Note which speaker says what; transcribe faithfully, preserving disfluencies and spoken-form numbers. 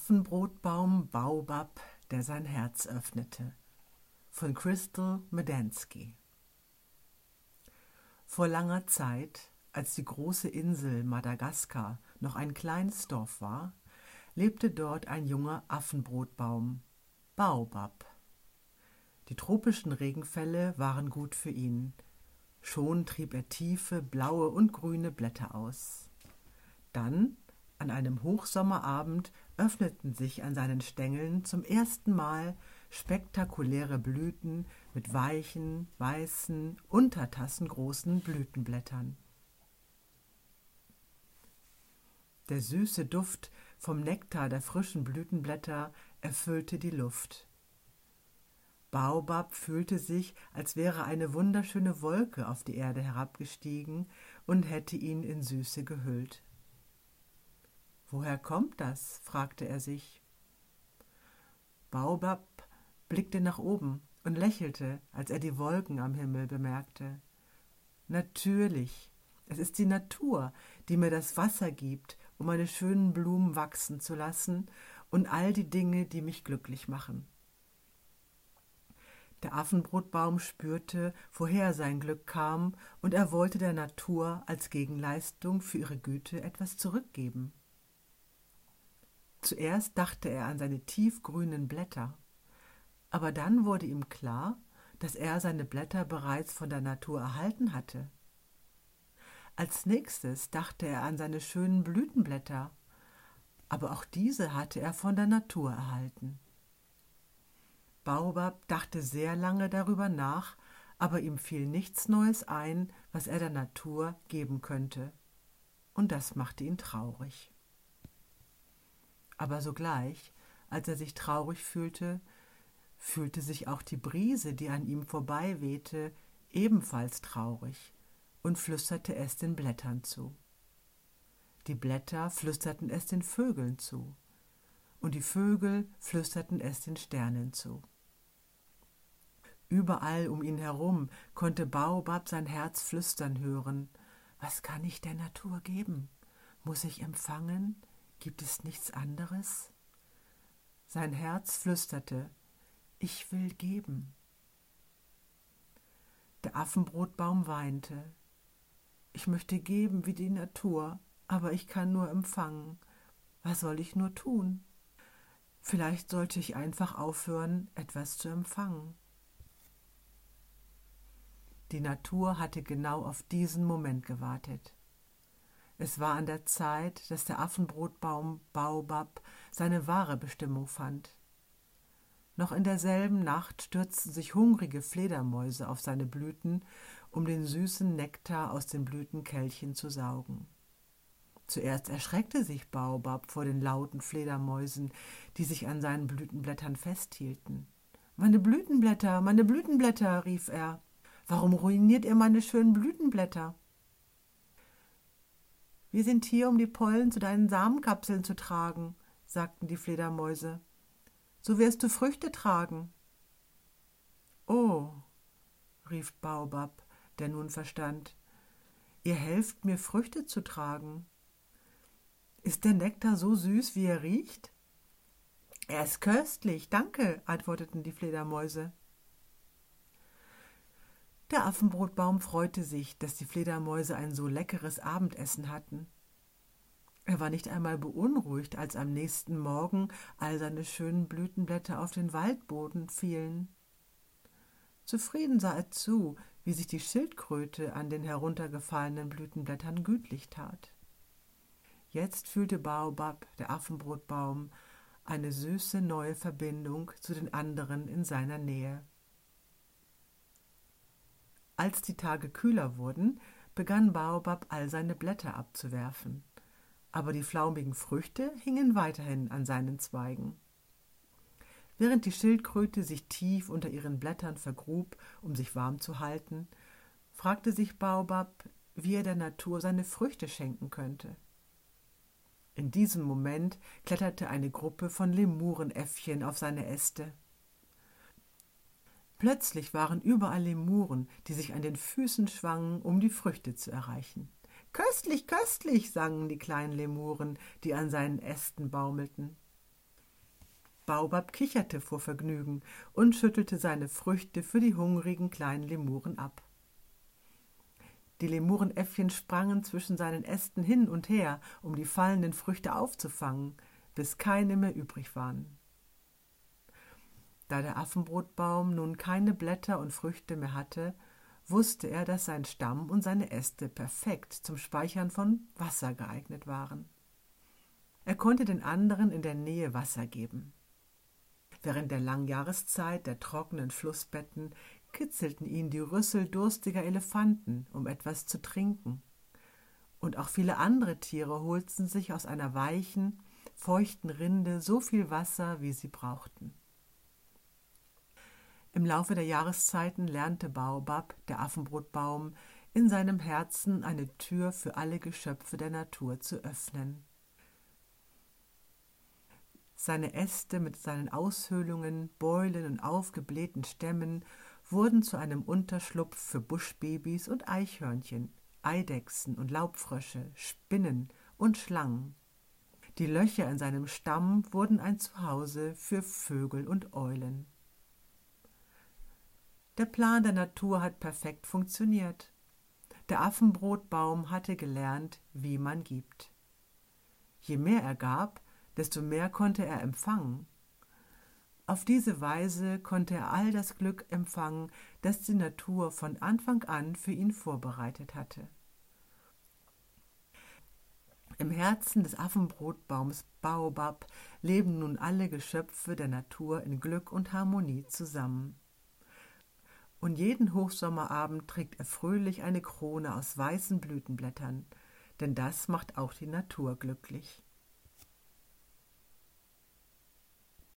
Speaker 1: Affenbrotbaum Baobab, der sein Herz öffnete, von Crystal Medansky. Vor langer Zeit, als die große Insel Madagaskar noch ein kleines Dorf war, lebte dort ein junger Affenbrotbaum, Baobab. Die tropischen Regenfälle waren gut für ihn. Schon trieb er tiefe, blaue und grüne Blätter aus. Dann, an einem Hochsommerabend, öffneten sich an seinen Stängeln zum ersten Mal spektakuläre Blüten mit weichen, weißen, untertassengroßen Blütenblättern. Der süße Duft vom Nektar der frischen Blütenblätter erfüllte die Luft. Baobab fühlte sich, als wäre eine wunderschöne Wolke auf die Erde herabgestiegen und hätte ihn in Süße gehüllt. »Woher kommt das?« fragte er sich. Baobab blickte nach oben und lächelte, als er die Wolken am Himmel bemerkte. »Natürlich, es ist die Natur, die mir das Wasser gibt, um meine schönen Blumen wachsen zu lassen und all die Dinge, die mich glücklich machen.« Der Affenbrotbaum spürte, woher sein Glück kam, und er wollte der Natur als Gegenleistung für ihre Güte etwas zurückgeben. Zuerst dachte er an seine tiefgrünen Blätter, aber dann wurde ihm klar, dass er seine Blätter bereits von der Natur erhalten hatte. Als nächstes dachte er an seine schönen Blütenblätter, aber auch diese hatte er von der Natur erhalten. Baobab dachte sehr lange darüber nach, aber ihm fiel nichts Neues ein, was er der Natur geben könnte, und das machte ihn traurig. Aber sogleich, als er sich traurig fühlte, fühlte sich auch die Brise, die an ihm vorbei wehte, ebenfalls traurig und flüsterte es den Blättern zu. Die Blätter flüsterten es den Vögeln zu, und die Vögel flüsterten es den Sternen zu. Überall um ihn herum konnte Baobab sein Herz flüstern hören. Was kann ich der Natur geben? Muss ich empfangen? Gibt es nichts anderes? Sein Herz flüsterte, ich will geben. Der Affenbrotbaum weinte. Ich möchte geben wie die Natur, aber ich kann nur empfangen. Was soll ich nur tun? Vielleicht sollte ich einfach aufhören, etwas zu empfangen. Die Natur hatte genau auf diesen Moment gewartet. Es war an der Zeit, dass der Affenbrotbaum Baobab seine wahre Bestimmung fand. Noch in derselben Nacht stürzten sich hungrige Fledermäuse auf seine Blüten, um den süßen Nektar aus den Blütenkelchen zu saugen. Zuerst erschreckte sich Baobab vor den lauten Fledermäusen, die sich an seinen Blütenblättern festhielten. »Meine Blütenblätter, meine Blütenblätter«, rief er. »Warum ruiniert ihr meine schönen Blütenblätter?« »Wir sind hier, um die Pollen zu deinen Samenkapseln zu tragen«, sagten die Fledermäuse. »So wirst du Früchte tragen.« »Oh«, rief Baobab, der nun verstand, »ihr helft mir, Früchte zu tragen. Ist der Nektar so süß, wie er riecht?« »Er ist köstlich, danke«, antworteten die Fledermäuse. Der Affenbrotbaum freute sich, dass die Fledermäuse ein so leckeres Abendessen hatten. Er war nicht einmal beunruhigt, als am nächsten Morgen all seine schönen Blütenblätter auf den Waldboden fielen. Zufrieden sah er zu, wie sich die Schildkröte an den heruntergefallenen Blütenblättern gütlich tat. Jetzt fühlte Baobab, der Affenbrotbaum, eine süße neue Verbindung zu den anderen in seiner Nähe. Als die Tage kühler wurden, begann Baobab all seine Blätter abzuwerfen, aber die flaumigen Früchte hingen weiterhin an seinen Zweigen. Während die Schildkröte sich tief unter ihren Blättern vergrub, um sich warm zu halten, fragte sich Baobab, wie er der Natur seine Früchte schenken könnte. In diesem Moment kletterte eine Gruppe von Lemurenäffchen auf seine Äste. Plötzlich waren überall Lemuren, die sich an den Füßen schwangen, um die Früchte zu erreichen. »Köstlich, köstlich«, sangen die kleinen Lemuren, die an seinen Ästen baumelten. Baobab kicherte vor Vergnügen und schüttelte seine Früchte für die hungrigen kleinen Lemuren ab. Die Lemurenäffchen sprangen zwischen seinen Ästen hin und her, um die fallenden Früchte aufzufangen, bis keine mehr übrig waren. Da der Affenbrotbaum nun keine Blätter und Früchte mehr hatte, wusste er, dass sein Stamm und seine Äste perfekt zum Speichern von Wasser geeignet waren. Er konnte den anderen in der Nähe Wasser geben. Während der langen Jahreszeit der trockenen Flussbetten kitzelten ihn die Rüssel durstiger Elefanten, um etwas zu trinken. Und auch viele andere Tiere holten sich aus einer weichen, feuchten Rinde so viel Wasser, wie sie brauchten. Im Laufe der Jahreszeiten lernte Baobab, der Affenbrotbaum, in seinem Herzen eine Tür für alle Geschöpfe der Natur zu öffnen. Seine Äste mit seinen Aushöhlungen, Beulen und aufgeblähten Stämmen wurden zu einem Unterschlupf für Buschbabys und Eichhörnchen, Eidechsen und Laubfrösche, Spinnen und Schlangen. Die Löcher in seinem Stamm wurden ein Zuhause für Vögel und Eulen. Der Plan der Natur hat perfekt funktioniert. Der Affenbrotbaum hatte gelernt, wie man gibt. Je mehr er gab, desto mehr konnte er empfangen. Auf diese Weise konnte er all das Glück empfangen, das die Natur von Anfang an für ihn vorbereitet hatte. Im Herzen des Affenbrotbaums Baobab leben nun alle Geschöpfe der Natur in Glück und Harmonie zusammen. Und jeden Hochsommerabend trägt er fröhlich eine Krone aus weißen Blütenblättern, denn das macht auch die Natur glücklich.